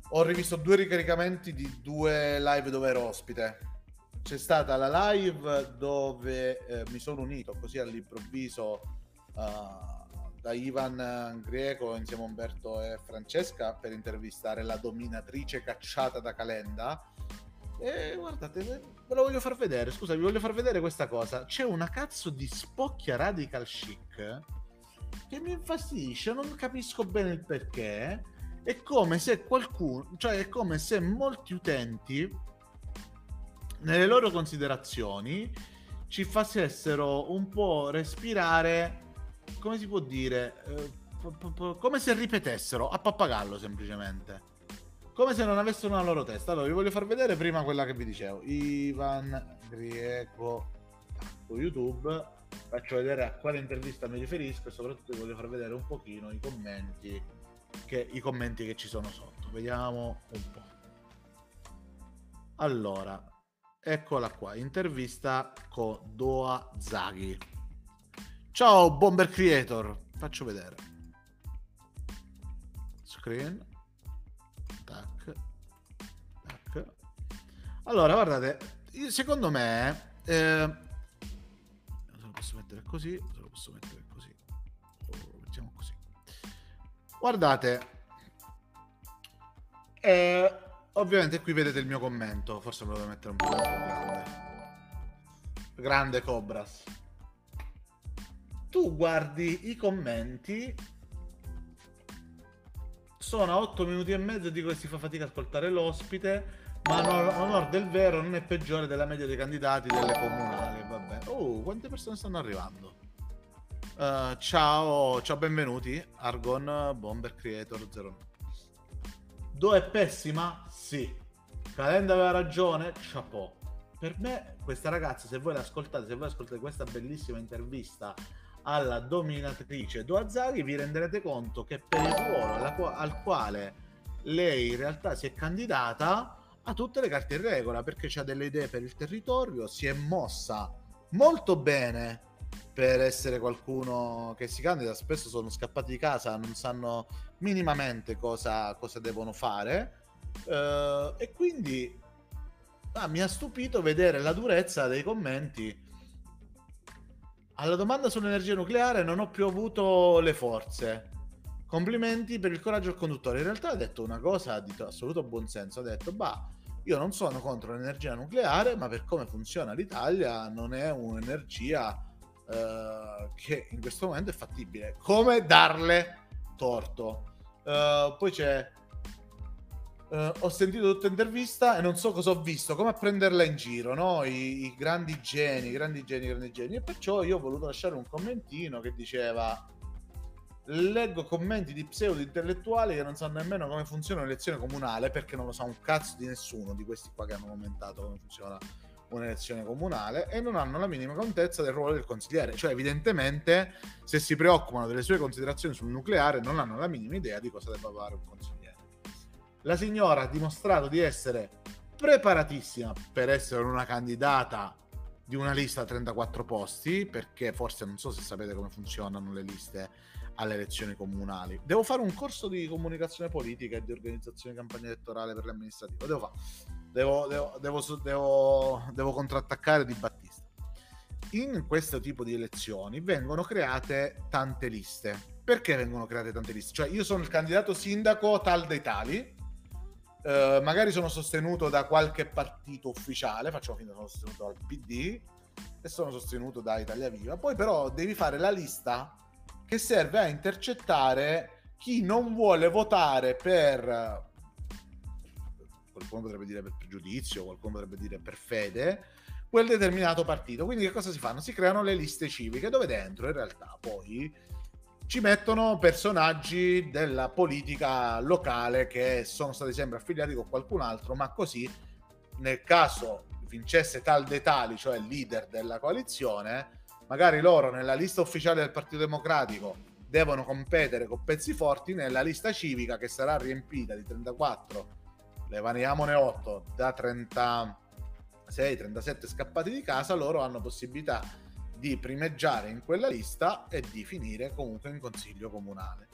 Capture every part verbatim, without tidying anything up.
ho rivisto due ricaricamenti di due live dove ero ospite. C'è stata la live dove eh, mi sono unito così all'improvviso uh, da Ivan Greco insieme a Umberto e Francesca per intervistare la dominatrice cacciata da Calenda. E guardate, ve lo voglio far vedere. Scusa, vi voglio far vedere questa cosa. C'è una cazzo di spocchia radical chic che mi infastidisce, non capisco bene il perché. È come se qualcuno, cioè è come se molti utenti nelle loro considerazioni ci facessero un po' respirare, come si può dire, eh, come se ripetessero a pappagallo semplicemente, come se non avessero una loro testa. Allora vi voglio far vedere prima quella che vi dicevo. Ivan Grieco su YouTube, faccio vedere a quale intervista mi riferisco e soprattutto vi voglio far vedere un pochino i commenti che, i commenti che ci sono sotto. Vediamo un po'. Allora, eccola qua, intervista con Doa Zaghi. Ciao Bomber Creator, faccio vedere. Screen. Tac. Tac. Allora, guardate, secondo me eh, se lo posso mettere così, se lo posso mettere così. Lo mettiamo così. Guardate, eh, ovviamente qui vedete il mio commento, forse me lo devo mettere un po' più grande. Grande Cobras. Tu guardi i commenti, sono a otto minuti e mezzo, dico che si fa fatica a ascoltare l'ospite, ma a onor del vero non è peggiore della media dei candidati delle comunali. Vabbè. Oh, quante persone stanno arrivando? Uh, ciao, ciao, benvenuti. Argon Bomber Creator zero nove. Do è pessima? Sì. Calenda aveva ragione? Chapeau. Per me questa ragazza, se voi l'ascoltate, se voi ascoltate questa bellissima intervista alla dominatrice Doa Zaghi, vi renderete conto che per il ruolo alla, al quale lei in realtà si è candidata ha tutte le carte in regola, perché ha delle idee per il territorio, si è mossa molto bene per essere qualcuno che si candida. Spesso sono scappati di casa, non sanno minimamente cosa, cosa devono fare, uh, e quindi ah, mi ha stupito vedere la durezza dei commenti. Alla domanda sull'energia nucleare non ho più avuto le forze. Complimenti per il coraggio del conduttore. In realtà ha detto una cosa di assoluto buonsenso. Ha detto, bah, io non sono contro l'energia nucleare, ma per come funziona l'Italia non è un'energia eh, che in questo momento è fattibile. Come darle torto? Uh, poi c'è... Uh, ho sentito tutta l'intervista e non so cosa ho visto, come a prenderla in giro, no? I, i grandi geni, grandi geni, grandi geni. E perciò io ho voluto lasciare un commentino che diceva: leggo commenti di pseudo intellettuali che non sanno nemmeno come funziona un'elezione comunale, perché non lo sa un cazzo di nessuno di questi qua che hanno commentato come funziona un'elezione comunale, e non hanno la minima contezza del ruolo del consigliere. Cioè, evidentemente, se si preoccupano delle sue considerazioni sul nucleare, non hanno la minima idea di cosa debba fare un consigliere. La signora ha dimostrato di essere preparatissima per essere una candidata di una lista a trentaquattro posti, perché forse non so se sapete come funzionano le liste alle elezioni comunali. Devo fare un corso di comunicazione politica e di organizzazione di campagna elettorale per l'amministrativo. Devo fare. Devo, devo, devo, devo, devo contrattaccare Di Battista. In questo tipo di elezioni vengono create tante liste. Perché vengono create tante liste? Cioè, io sono il candidato sindaco tal dei tali, Uh, magari sono sostenuto da qualche partito ufficiale, facciamo finta che sono sostenuto dal P D e sono sostenuto da Italia Viva. Poi però devi fare la lista che serve a intercettare chi non vuole votare per, qualcuno potrebbe dire per pregiudizio, qualcuno potrebbe dire per fede, quel determinato partito. Quindi che cosa si fanno? Si creano le liste civiche, dove dentro in realtà poi ci mettono personaggi della politica locale che sono stati sempre affiliati con qualcun altro, ma così nel caso vincesse tal dei tali, cioè il leader della coalizione, magari loro nella lista ufficiale del Partito Democratico devono competere con pezzi forti nella lista civica, che sarà riempita di trentaquattro, levaniamone otto, da trentasei trentasette scappati di casa. Loro hanno possibilità di primeggiare in quella lista e di finire comunque in consiglio comunale.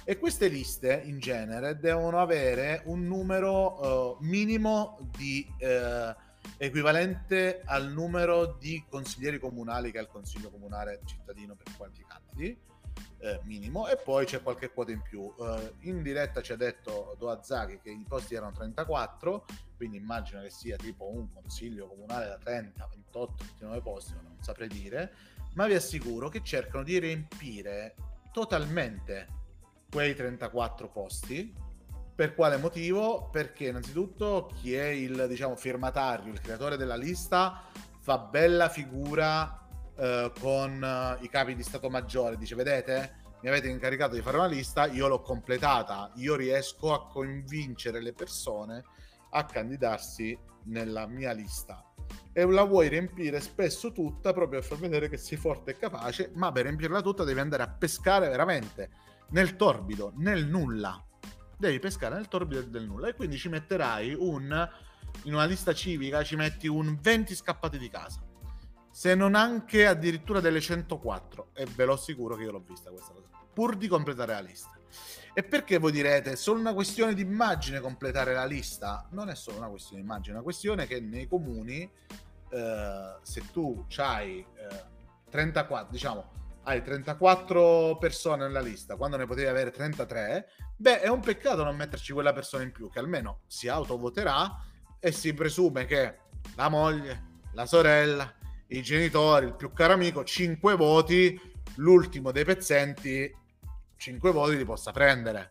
E queste liste in genere devono avere un numero uh, minimo di uh, equivalente al numero di consiglieri comunali che ha il consiglio comunale cittadino per quanti candidi, eh, minimo, e poi c'è qualche quota in più. Uh, in diretta ci ha detto Doazaki che i posti erano trentaquattro, quindi immagino che sia tipo un consiglio comunale da trenta, ventotto, ventinove posti, non saprei dire, ma vi assicuro che cercano di riempire totalmente quei trentaquattro posti. Per quale motivo? Perché innanzitutto chi è il, diciamo, firmatario, il creatore della lista, fa bella figura eh, con eh, i capi di Stato Maggiore, dice: vedete, mi avete incaricato di fare una lista, io l'ho completata, io riesco a convincere le persone a candidarsi nella mia lista. E la vuoi riempire spesso tutta proprio per far vedere che sei forte e capace, ma per riempirla tutta devi andare a pescare veramente nel torbido, nel nulla. Devi pescare nel torbido del nulla, e quindi ci metterai un, in una lista civica ci metti un venti scappati di casa, se non anche addirittura delle centoquattro, e ve lo assicuro che io l'ho vista questa cosa, pur di completare la lista. E perché voi direte è solo una questione di immagine completare la lista? Non è solo una questione di immagine, è una questione che nei comuni eh, se tu c'hai eh, trentaquattro, diciamo hai trentaquattro persone nella lista quando ne potevi avere trentatré, beh, è un peccato non metterci quella persona in più che almeno si autovoterà, e si presume che la moglie, la sorella, i genitori, il più caro amico, cinque voti, l'ultimo dei pezzenti, cinque voti li possa prendere.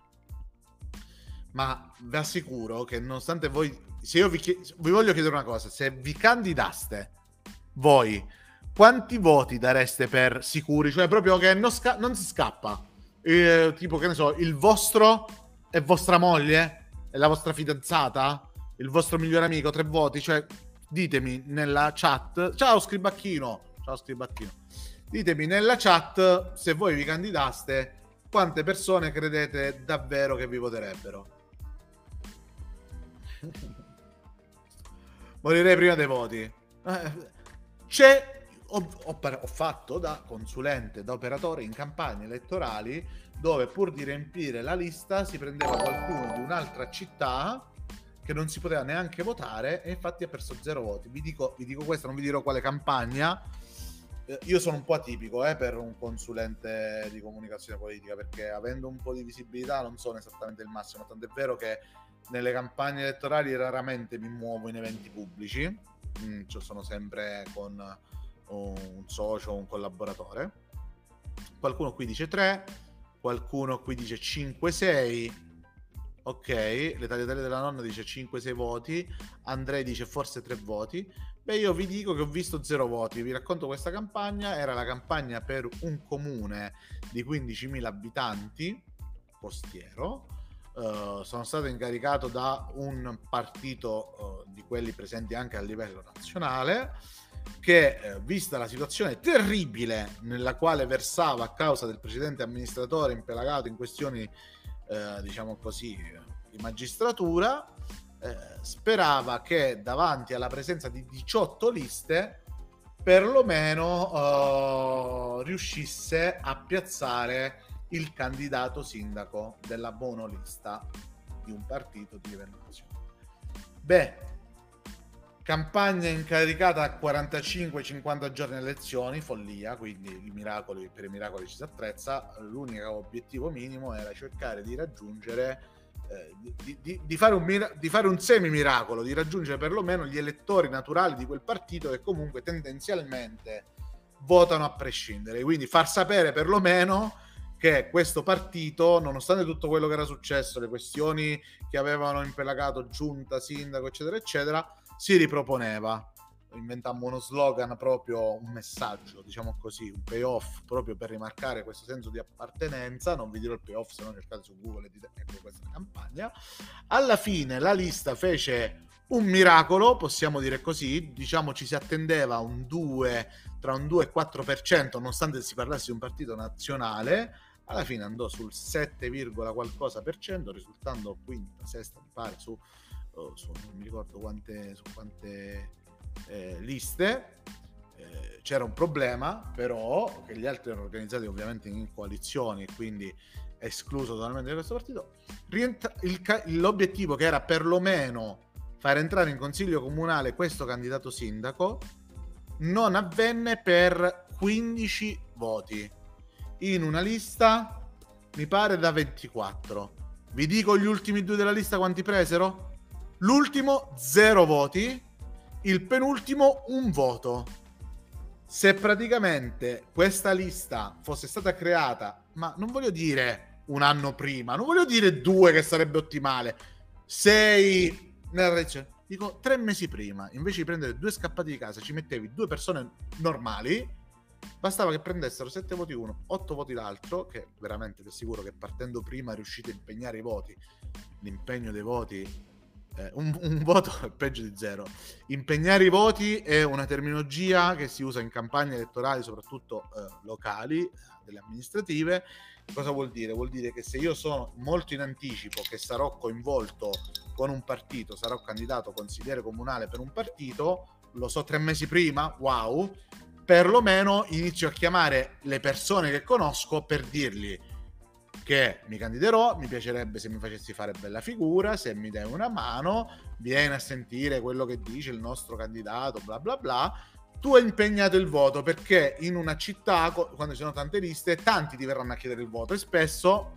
Ma vi assicuro che nonostante voi, se io vi, chied- vi voglio chiedere una cosa, se vi candidaste voi, quanti voti dareste per sicuri? Cioè proprio che non, sca- non si scappa. Eh, tipo, che ne so, il vostro è vostra moglie? È la vostra fidanzata? Il vostro migliore amico? Tre voti? Cioè, ditemi nella chat. Ciao Scribacchino. Ciao Scribacchino. Ditemi nella chat, se voi vi candidaste, quante persone credete davvero che vi voterebbero? Morirei prima dei voti. Eh, c'è... Ho, ho, ho fatto da consulente, da operatore in campagne elettorali, dove pur di riempire la lista si prendeva qualcuno di un'altra città che non si poteva neanche votare, e infatti ha perso zero voti. Vi dico, vi dico questo, non vi dirò quale campagna. Eh, io sono un po' atipico eh, per un consulente di comunicazione politica, perché avendo un po' di visibilità non sono esattamente il massimo, tant'è vero che nelle campagne elettorali raramente mi muovo in eventi pubblici, mm, cioè sono sempre con un socio o un collaboratore. Qualcuno qui dice tre, qualcuno qui dice cinque sei, ok, le tagliatelle della nonna dice cinque sei voti, Andrei dice forse tre voti. Beh, io vi dico che ho visto zero voti. Vi racconto questa campagna. Era la campagna per un comune di quindicimila abitanti, costiero. Uh, sono stato incaricato da un partito uh, di quelli presenti anche a livello nazionale, che eh, vista la situazione terribile nella quale versava a causa del precedente amministratore impelagato in questioni eh, diciamo così di magistratura, eh, sperava che davanti alla presenza di diciotto liste perlomeno eh, riuscisse a piazzare il candidato sindaco della monolista di un partito di eventuazione. Beh, campagna incaricata a quarantacinque cinquanta giorni alle elezioni, follia, quindi i miracoli, per i miracoli ci si attrezza. L'unico obiettivo minimo era cercare di raggiungere, eh, di, di, di, fare un mira- di fare un semi-miracolo, di raggiungere perlomeno gli elettori naturali di quel partito, che comunque tendenzialmente votano a prescindere, quindi far sapere perlomeno che questo partito, nonostante tutto quello che era successo, le questioni che avevano impelagato giunta, sindaco, eccetera, eccetera, si riproponeva. Inventammo uno slogan, proprio un messaggio, diciamo così, un payoff, proprio per rimarcare questo senso di appartenenza. Non vi dirò il payoff, se no cercate su Google e dite ecco questa campagna. Alla fine la lista fece un miracolo, possiamo dire così, diciamo ci si attendeva un due, tra un due e quattro per cento, nonostante si parlasse di un partito nazionale. Alla fine andò sul sette, qualcosa per cento, risultando quinta, sesta, mi pare, su, oh, su non mi ricordo quante, su quante eh, liste. eh, c'era un problema, però, che gli altri erano organizzati ovviamente in coalizioni, quindi escluso totalmente da questo partito. Rientra- il ca- l'obiettivo, che era perlomeno far entrare in consiglio comunale questo candidato sindaco, non avvenne per quindici voti in una lista, mi pare, da ventiquattro. Vi dico gli ultimi due della lista quanti presero? L'ultimo zero voti, il penultimo un voto. Se praticamente questa lista fosse stata creata, ma non voglio dire un anno prima, non voglio dire due, che sarebbe ottimale, sei nella regione, dico tre mesi prima, invece di prendere due scappati di casa, ci mettevi due persone normali, bastava che prendessero sette voti uno, otto voti l'altro, che veramente ti assicuro che partendo prima riuscite a impegnare i voti. L'impegno dei voti, eh, un, un voto è peggio di zero. Impegnare i voti è una terminologia che si usa in campagne elettorali, soprattutto eh, locali, delle amministrative. Cosa vuol dire? Vuol dire che se io sono molto in anticipo che sarò coinvolto con un partito, sarò candidato consigliere comunale per un partito, lo so tre mesi prima, wow, perlomeno inizio a chiamare le persone che conosco per dirgli che mi candiderò, mi piacerebbe se mi facessi fare bella figura, se mi dai una mano, vieni a sentire quello che dice il nostro candidato, bla bla bla. Tu hai impegnato il voto, perché in una città, quando ci sono tante liste, tanti ti verranno a chiedere il voto e spesso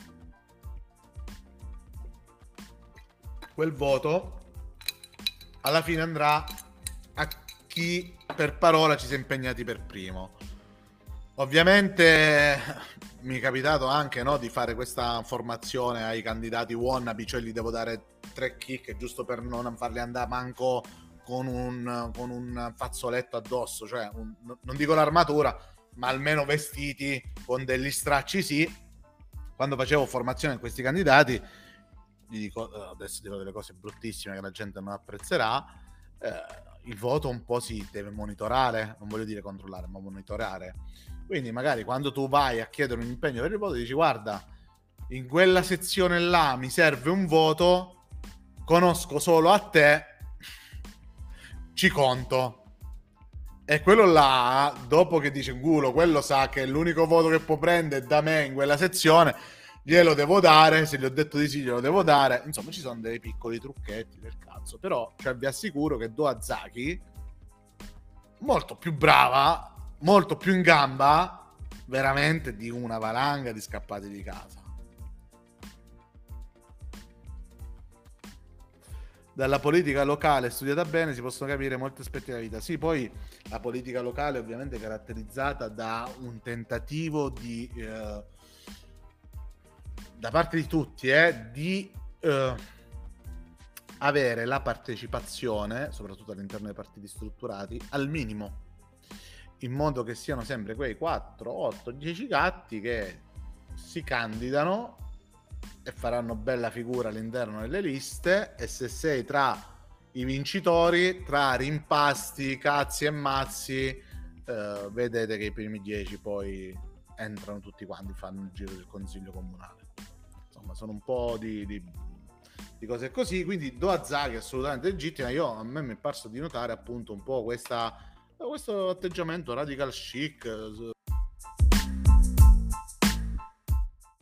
quel voto alla fine andrà a chi per parola ci si è impegnati per primo. Ovviamente mi è capitato anche, no, di fare questa formazione ai candidati wannabe, cioè gli devo dare tre kick giusto per non farli andare manco con un, con un fazzoletto addosso, cioè un, non dico l'armatura, ma almeno vestiti con degli stracci, sì. Quando facevo formazione a questi candidati, gli dico, adesso dirò delle cose bruttissime che la gente non apprezzerà, eh, il voto un po' si deve monitorare, non voglio dire controllare, ma monitorare. Quindi magari quando tu vai a chiedere un impegno per il voto dici: guarda, in quella sezione là mi serve un voto, conosco solo a te, ci conto. E quello là, dopo che dice in culo, quello sa che l'unico voto che può prendere da me in quella sezione, glielo devo dare, se gli ho detto di sì glielo devo dare. Insomma, ci sono dei piccoli trucchetti del cazzo, però cioè, vi assicuro che Doa Zaki, molto più brava, molto più in gamba veramente di una valanga di scappati di casa. Dalla politica locale studiata bene si possono capire molti aspetti della vita. Sì, poi la politica locale ovviamente è caratterizzata da un tentativo di eh, da parte di tutti eh, di eh, avere la partecipazione, soprattutto all'interno dei partiti strutturati, al minimo, in modo che siano sempre quei quattro, otto, dieci gatti che si candidano e faranno bella figura all'interno delle liste, e se sei tra i vincitori, tra rimpasti, cazzi e mazzi, eh, vedete che i primi dieci poi entrano tutti quanti, fanno il giro del consiglio comunale. Insomma, sono un po' di, di, di cose così, quindi Doa Zaki è assolutamente legittima. Io, a me mi è parso di notare appunto un po' questa questo atteggiamento radical chic